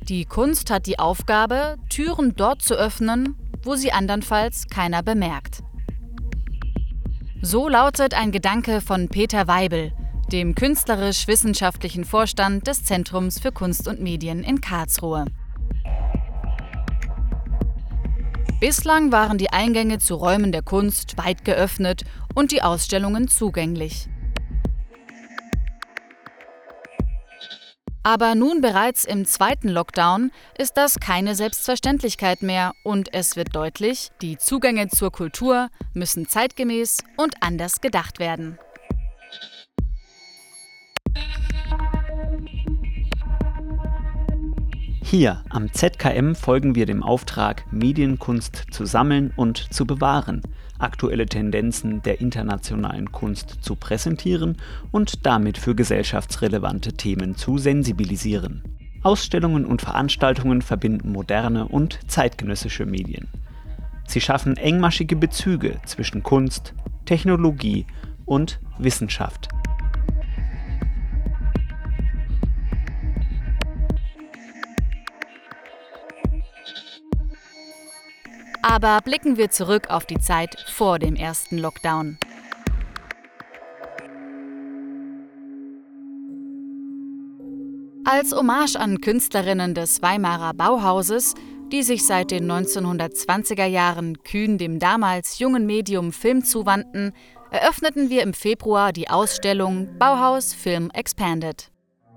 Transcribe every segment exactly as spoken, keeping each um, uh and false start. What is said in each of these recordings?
Die Kunst hat die Aufgabe, Türen dort zu öffnen, wo sie andernfalls keiner bemerkt. So lautet ein Gedanke von Peter Weibel, dem künstlerisch-wissenschaftlichen Vorstand des Zentrums für Kunst und Medien in Karlsruhe. Bislang waren die Eingänge zu Räumen der Kunst weit geöffnet und die Ausstellungen zugänglich. Aber nun bereits im zweiten Lockdown ist das keine Selbstverständlichkeit mehr und es wird deutlich, die Zugänge zur Kultur müssen zeitgemäß und anders gedacht werden. Hier am Z K M folgen wir dem Auftrag, Medienkunst zu sammeln und zu bewahren, aktuelle Tendenzen der internationalen Kunst zu präsentieren und damit für gesellschaftsrelevante Themen zu sensibilisieren. Ausstellungen und Veranstaltungen verbinden moderne und zeitgenössische Medien. Sie schaffen engmaschige Bezüge zwischen Kunst, Technologie und Wissenschaft. Aber blicken wir zurück auf die Zeit vor dem ersten Lockdown. Als Hommage an Künstlerinnen des Weimarer Bauhauses, die sich seit den neunzehnhundertzwanziger Jahren kühn dem damals jungen Medium Film zuwandten, eröffneten wir im Februar die Ausstellung Bauhaus Film Expanded.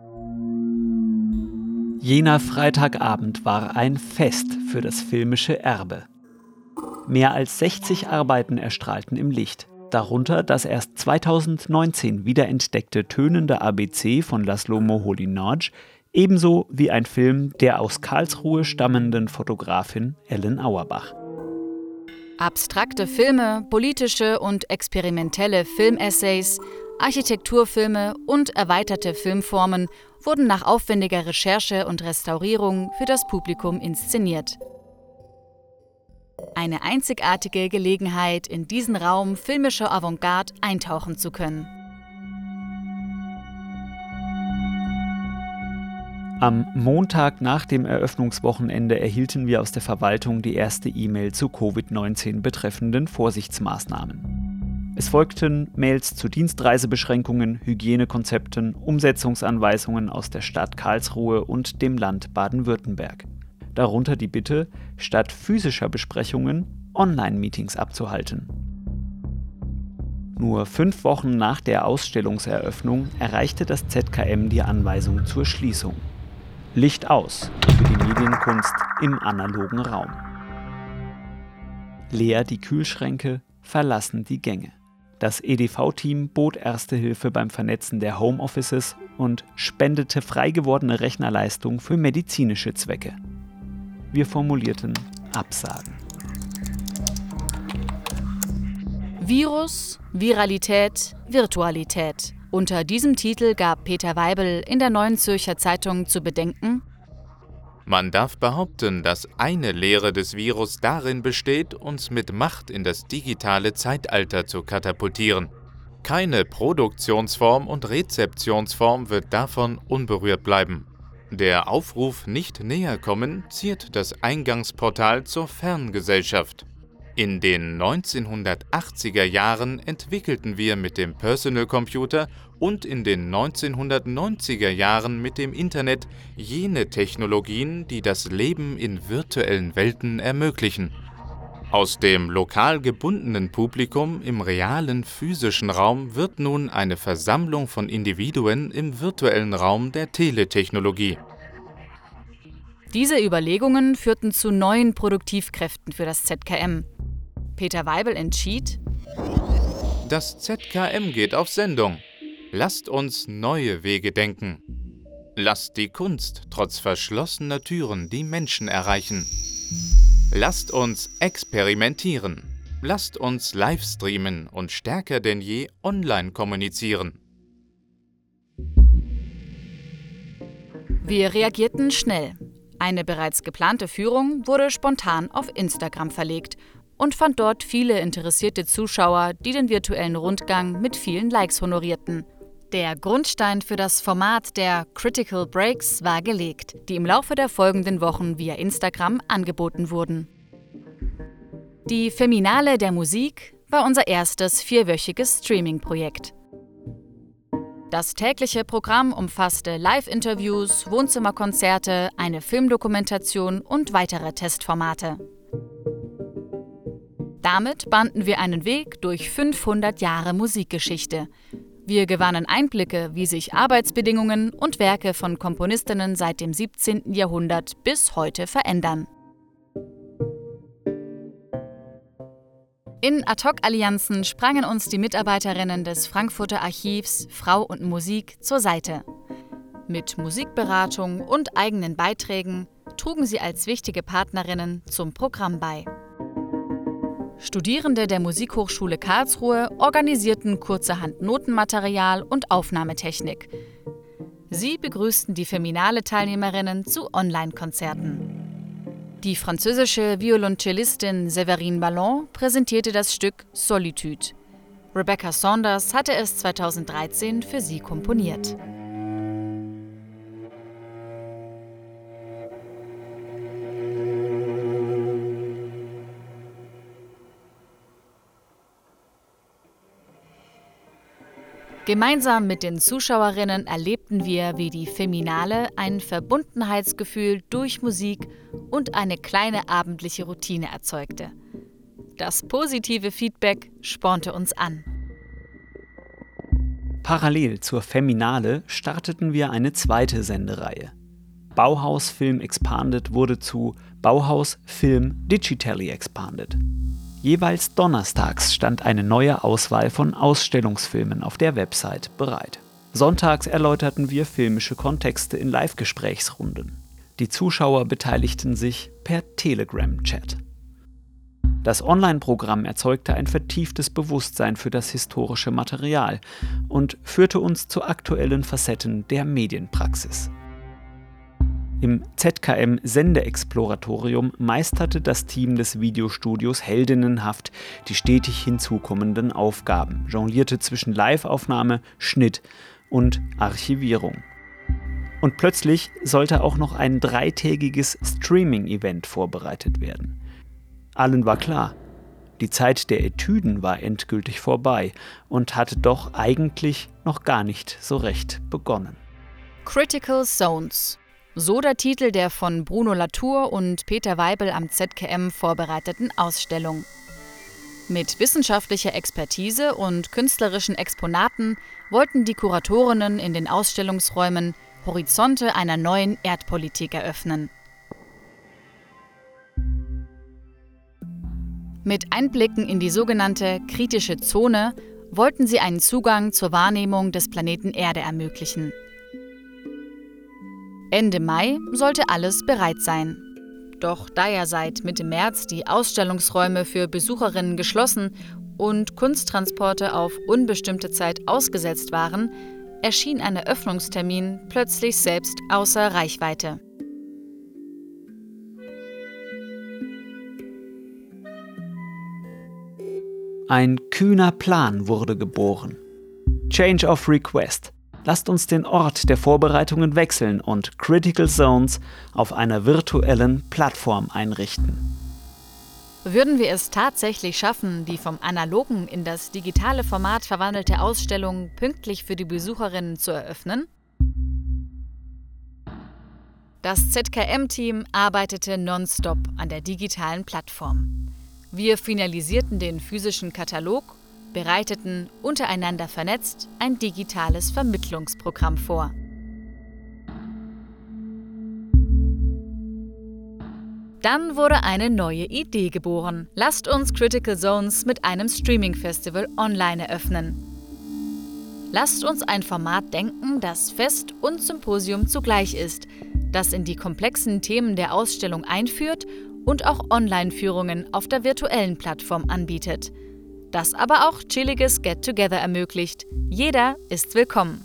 Jener Freitagabend war ein Fest für das filmische Erbe. Mehr als sechzig Arbeiten erstrahlten im Licht, darunter das erst zweitausendneunzehn wiederentdeckte tönende A B C von Laszlo Moholy-Nagy, ebenso wie ein Film der aus Karlsruhe stammenden Fotografin Ellen Auerbach. Abstrakte Filme, politische und experimentelle Filmessays, Architekturfilme und erweiterte Filmformen wurden nach aufwendiger Recherche und Restaurierung für das Publikum inszeniert. Eine einzigartige Gelegenheit, in diesen Raum filmischer Avantgarde eintauchen zu können. Am Montag nach dem Eröffnungswochenende erhielten wir aus der Verwaltung die erste E-Mail zu Covid neunzehn betreffenden Vorsichtsmaßnahmen. Es folgten Mails zu Dienstreisebeschränkungen, Hygienekonzepten, Umsetzungsanweisungen aus der Stadt Karlsruhe und dem Land Baden-Württemberg. Darunter die Bitte, statt physischer Besprechungen Online-Meetings abzuhalten. Nur fünf Wochen nach der Ausstellungseröffnung erreichte das Z K M die Anweisung zur Schließung. Licht aus für die Medienkunst im analogen Raum. Leer die Kühlschränke, verlassen die Gänge. Das E D V-Team bot Erste Hilfe beim Vernetzen der Homeoffices und spendete frei gewordene Rechnerleistung für medizinische Zwecke. Wir formulierten Absagen. Virus, Viralität, Virtualität. Unter diesem Titel gab Peter Weibel in der Neuen Zürcher Zeitung zu bedenken: Man darf behaupten, dass eine Lehre des Virus darin besteht, uns mit Macht in das digitale Zeitalter zu katapultieren. Keine Produktionsform und Rezeptionsform wird davon unberührt bleiben. Der Aufruf nicht näher kommen ziert das Eingangsportal zur Ferngesellschaft. In den neunzehnhundertachtziger Jahren entwickelten wir mit dem Personal Computer und in den neunzehnhundertneunziger Jahren mit dem Internet jene Technologien, die das Leben in virtuellen Welten ermöglichen. Aus dem lokal gebundenen Publikum im realen physischen Raum wird nun eine Versammlung von Individuen im virtuellen Raum der Teletechnologie. Diese Überlegungen führten zu neuen Produktivkräften für das Z K M. Peter Weibel entschied: Das Z K M geht auf Sendung. Lasst uns neue Wege denken. Lasst die Kunst trotz verschlossener Türen die Menschen erreichen. Lasst uns experimentieren. Lasst uns live streamen und stärker denn je online kommunizieren. Wir reagierten schnell. Eine bereits geplante Führung wurde spontan auf Instagram verlegt und fand dort viele interessierte Zuschauer, die den virtuellen Rundgang mit vielen Likes honorierten. Der Grundstein für das Format der Critical Breaks war gelegt, die im Laufe der folgenden Wochen via Instagram angeboten wurden. Die Feminale der Musik war unser erstes vierwöchiges Streaming-Projekt. Das tägliche Programm umfasste Live-Interviews, Wohnzimmerkonzerte, eine Filmdokumentation und weitere Testformate. Damit bahnten wir einen Weg durch fünfhundert Jahre Musikgeschichte. Wir gewannen Einblicke, wie sich Arbeitsbedingungen und Werke von Komponistinnen seit dem siebzehnten Jahrhundert bis heute verändern. In Ad-hoc-Allianzen sprangen uns die Mitarbeiterinnen des Frankfurter Archivs Frau und Musik zur Seite. Mit Musikberatung und eigenen Beiträgen trugen sie als wichtige Partnerinnen zum Programm bei. Studierende der Musikhochschule Karlsruhe organisierten kurzerhand Notenmaterial und Aufnahmetechnik. Sie begrüßten die Feminale-Teilnehmerinnen zu Online-Konzerten. Die französische Violoncellistin Séverine Ballon präsentierte das Stück Solitude. Rebecca Saunders hatte es zweitausenddreizehn für sie komponiert. Gemeinsam mit den Zuschauerinnen erlebten wir, wie die Feminale ein Verbundenheitsgefühl durch Musik und eine kleine abendliche Routine erzeugte. Das positive Feedback spornte uns an. Parallel zur Feminale starteten wir eine zweite Sendereihe. Bauhaus Film Expanded wurde zu Bauhaus Film Digitally Expanded. Jeweils donnerstags stand eine neue Auswahl von Ausstellungsfilmen auf der Website bereit. Sonntags erläuterten wir filmische Kontexte in Live-Gesprächsrunden. Die Zuschauer beteiligten sich per Telegram-Chat. Das Online-Programm erzeugte ein vertieftes Bewusstsein für das historische Material und führte uns zu aktuellen Facetten der Medienpraxis. Im Z K M-Sendeexploratorium meisterte das Team des Videostudios heldinnenhaft die stetig hinzukommenden Aufgaben, jonglierte zwischen Live-Aufnahme, Schnitt und Archivierung. Und plötzlich sollte auch noch ein dreitägiges Streaming-Event vorbereitet werden. Allen war klar, die Zeit der Etüden war endgültig vorbei und hatte doch eigentlich noch gar nicht so recht begonnen. Critical Zones. So der Titel der von Bruno Latour und Peter Weibel am Z K M vorbereiteten Ausstellung. Mit wissenschaftlicher Expertise und künstlerischen Exponaten wollten die Kuratorinnen in den Ausstellungsräumen Horizonte einer neuen Erdpolitik eröffnen. Mit Einblicken in die sogenannte kritische Zone wollten sie einen Zugang zur Wahrnehmung des Planeten Erde ermöglichen. Ende Mai sollte alles bereit sein. Doch da ja seit Mitte März die Ausstellungsräume für Besucherinnen geschlossen und Kunsttransporte auf unbestimmte Zeit ausgesetzt waren, erschien ein Eröffnungstermin plötzlich selbst außer Reichweite. Ein kühner Plan wurde geboren. Change of Request. Lasst uns den Ort der Vorbereitungen wechseln und Critical Zones auf einer virtuellen Plattform einrichten. Würden wir es tatsächlich schaffen, die vom analogen in das digitale Format verwandelte Ausstellung pünktlich für die Besucherinnen zu eröffnen? Das Z K M-Team arbeitete nonstop an der digitalen Plattform. Wir finalisierten den physischen Katalog, bereiteten, untereinander vernetzt, ein digitales Vermittlungsprogramm vor. Dann wurde eine neue Idee geboren. Lasst uns Critical Zones mit einem Streaming-Festival online eröffnen. Lasst uns ein Format denken, das Fest und Symposium zugleich ist, das in die komplexen Themen der Ausstellung einführt und auch Online-Führungen auf der virtuellen Plattform anbietet. Das aber auch chilliges Get-Together ermöglicht. Jeder ist willkommen.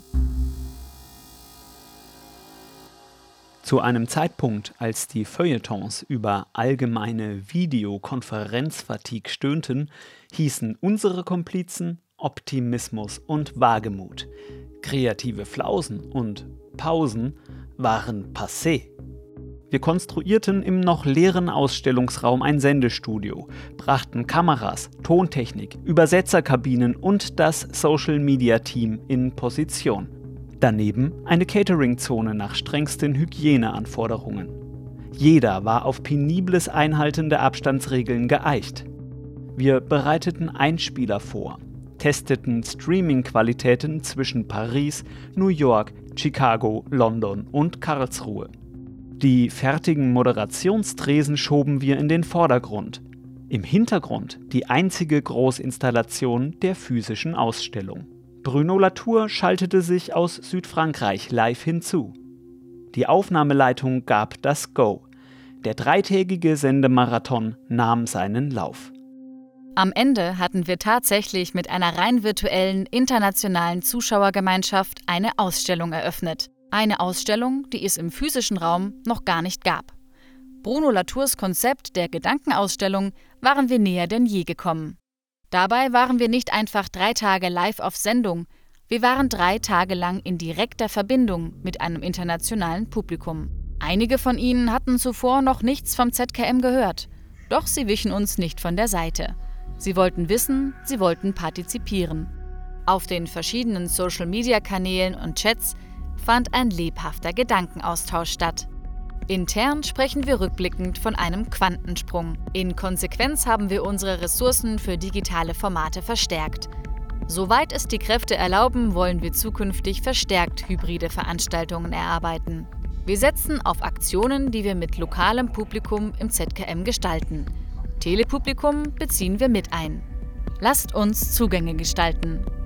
Zu einem Zeitpunkt, als die Feuilletons über allgemeine Videokonferenzfatigue stöhnten, hießen unsere Komplizen Optimismus und Wagemut. Kreative Flausen und Pausen waren passé. Wir konstruierten im noch leeren Ausstellungsraum ein Sendestudio, brachten Kameras, Tontechnik, Übersetzerkabinen und das Social-Media-Team in Position. Daneben eine Catering-Zone nach strengsten Hygieneanforderungen. Jeder war auf penibles Einhalten der Abstandsregeln geeicht. Wir bereiteten Einspieler vor, testeten Streaming-Qualitäten zwischen Paris, New York, Chicago, London und Karlsruhe. Die fertigen Moderationstresen schoben wir in den Vordergrund. Im Hintergrund die einzige Großinstallation der physischen Ausstellung. Bruno Latour schaltete sich aus Südfrankreich live hinzu. Die Aufnahmeleitung gab das Go. Der dreitägige Sendemarathon nahm seinen Lauf. Am Ende hatten wir tatsächlich mit einer rein virtuellen internationalen Zuschauergemeinschaft eine Ausstellung eröffnet. Eine Ausstellung, die es im physischen Raum noch gar nicht gab. Bruno Latours Konzept der Gedankenausstellung waren wir näher denn je gekommen. Dabei waren wir nicht einfach drei Tage live auf Sendung, wir waren drei Tage lang in direkter Verbindung mit einem internationalen Publikum. Einige von ihnen hatten zuvor noch nichts vom Z K M gehört, doch sie wichen uns nicht von der Seite. Sie wollten wissen, sie wollten partizipieren. Auf den verschiedenen Social-Media-Kanälen und Chats fand ein lebhafter Gedankenaustausch statt. Intern sprechen wir rückblickend von einem Quantensprung. In Konsequenz haben wir unsere Ressourcen für digitale Formate verstärkt. Soweit es die Kräfte erlauben, wollen wir zukünftig verstärkt hybride Veranstaltungen erarbeiten. Wir setzen auf Aktionen, die wir mit lokalem Publikum im Z K M gestalten. Telepublikum beziehen wir mit ein. Lasst uns Zugänge gestalten.